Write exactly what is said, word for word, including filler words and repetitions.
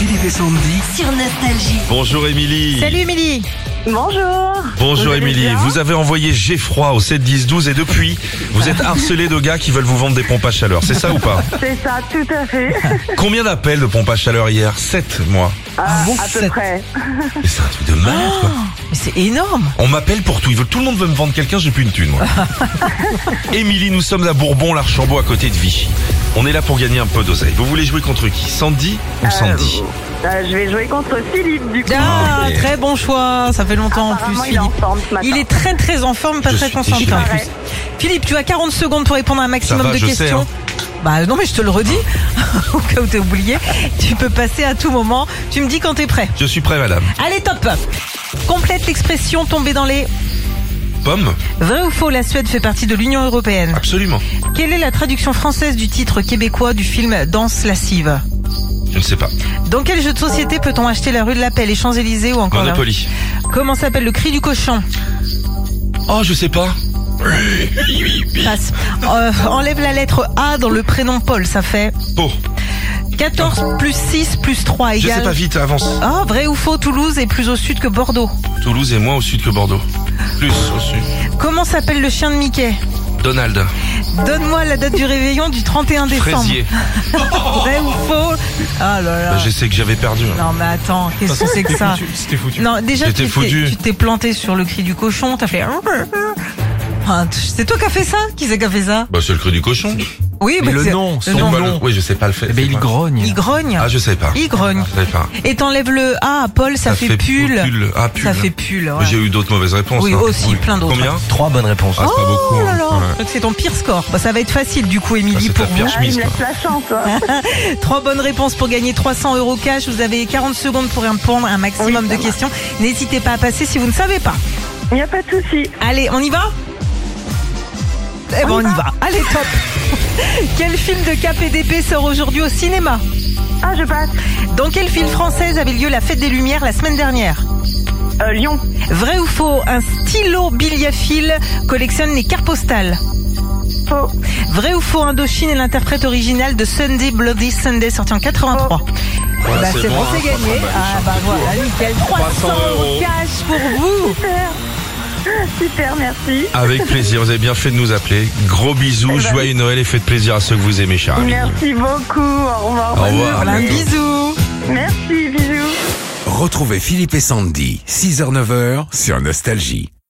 Philippe et Sandy. Sur Nostalgie. Bonjour Émilie. Salut Émilie. Bonjour. Bonjour Vous allez Émilie. bien Vous avez envoyé Geffroy au sept dix douze et depuis, vous êtes harcelé de gars qui veulent vous vendre des pompes à chaleur. C'est ça ou pas? C'est ça, tout à fait. Combien d'appels de pompes à chaleur hier? sept, moi. Ah, bon, à peu sept. près. Mais c'est un truc de malade, quoi. Mais c'est énorme. On m'appelle pour tout. Ils veulent, tout le monde veut me vendre quelqu'un, j'ai plus une thune, moi. Émilie, nous sommes à Bourbon-l'Archambault à côté de Vichy. On est là pour gagner un peu d'oseille. Vous voulez jouer contre qui? Sandy ou Sandy? Euh, euh, je vais jouer contre Philippe, du coup. Ah, mais- très bon choix. Ça fait longtemps en plus, Apparemment, il est en Philippe. forme ce matin. Il est très très en forme, pas Je très suis concentré déchiré. en plus. Ouais. Philippe, tu as quarante secondes pour répondre à un maximum Ça va, de je sais, questions. hein. Bah non mais je te le redis, au cas où t'as oublié. Tu peux passer à tout moment. Tu me dis quand t'es prêt. Je suis prêt, madame. Allez, top. Complète l'expression tomber dans les... Pomme? Vrai ou faux, la Suède fait partie de l'Union Européenne. Absolument. Quelle est la traduction française du titre québécois du film Danse lascive? Je ne sais pas. Dans quel jeu de société peut-on acheter la rue de la Paix, les Champs-Élysées ou encore la... Monopoly. Comment s'appelle le cri du cochon? Oh, je sais pas. Passe. Euh, enlève la lettre A dans le prénom Paul, ça fait Oh, quatorze plus six plus trois je sais égale... pas, vite, avance. Ah, vrai ou faux, Toulouse est plus au sud que Bordeaux. Toulouse est moins au sud que Bordeaux. Plus au sud. Comment s'appelle le chien de Mickey? Donald. Donne-moi la date du réveillon du trente et un décembre. Fraisier. Vrai ou faux? Ah là là. Bah, je sais que j'avais perdu. hein. Non mais attends, qu'est-ce que c'est que ça? C'était foutu. Non, déjà J'étais tu foutu. t'es, tu t'es planté sur le cri du cochon, t'as fait... Ah, c'est toi qui as fait ça? Qui c'est qui a fait ça? Bah, c'est le cri du cochon. Oui, Mais bah, le c'est- nom, le son nom. Bah, nom. le- Oui, je sais pas le faire. Eh ben, c'est il quoi grogne. Il grogne. Ah, je sais pas. Il grogne. Je sais pas. Et t'enlèves le A à Paul, ça, fait, pull. pull. Ah, pull. Ça fait pull. ouais. Mais j'ai eu d'autres mauvaises réponses. Oui, hein. aussi, plein d'autres. Combien? Trois bonnes réponses. Ah, c'est pas beaucoup. Oh là hein. là, Ouais. donc c'est ton pire score. Bah, ça va être facile du coup, Émilie, Ah, c'est pour ta pire vous. Ah, il chemise, me quoi. laisse la chance. hein. Trois bonnes réponses pour gagner trois cents euros cash. Vous avez quarante secondes pour répondre à un maximum Oui, ça de va. questions. N'hésitez pas à passer si vous ne savez pas. Il n'y a pas de souci. Allez, on y va? Eh ben, on y va. Allez, top. Quel film de K P D P sort aujourd'hui au cinéma? Ah, je passe. Dans quelle ville française avait lieu la fête des Lumières la semaine dernière? Euh, Lyon. Vrai ou faux, un stylo billiaphile collectionne les cartes postales? Faux. Vrai ou faux, Indochine est l'interprète original de Sunday Bloody Sunday sorti en quatre-vingt-trois? Voilà, Bah, c'est c'est bon, bon, hein. c'est gagné. Ah, bah, Ah bah voilà, nickel. trois cents euros cash pour vous. Super. Super, merci. Avec plaisir. Vous avez bien fait de nous appeler. Gros bisous, Eh ben, joyeux Noël et faites plaisir à ceux que vous aimez, cher ami. Merci beaucoup. Au revoir. Au revoir. Voilà, un bientôt. bisou. Merci, bisous. Retrouvez Philippe et Sandy, six heures neuf heures sur Nostalgie.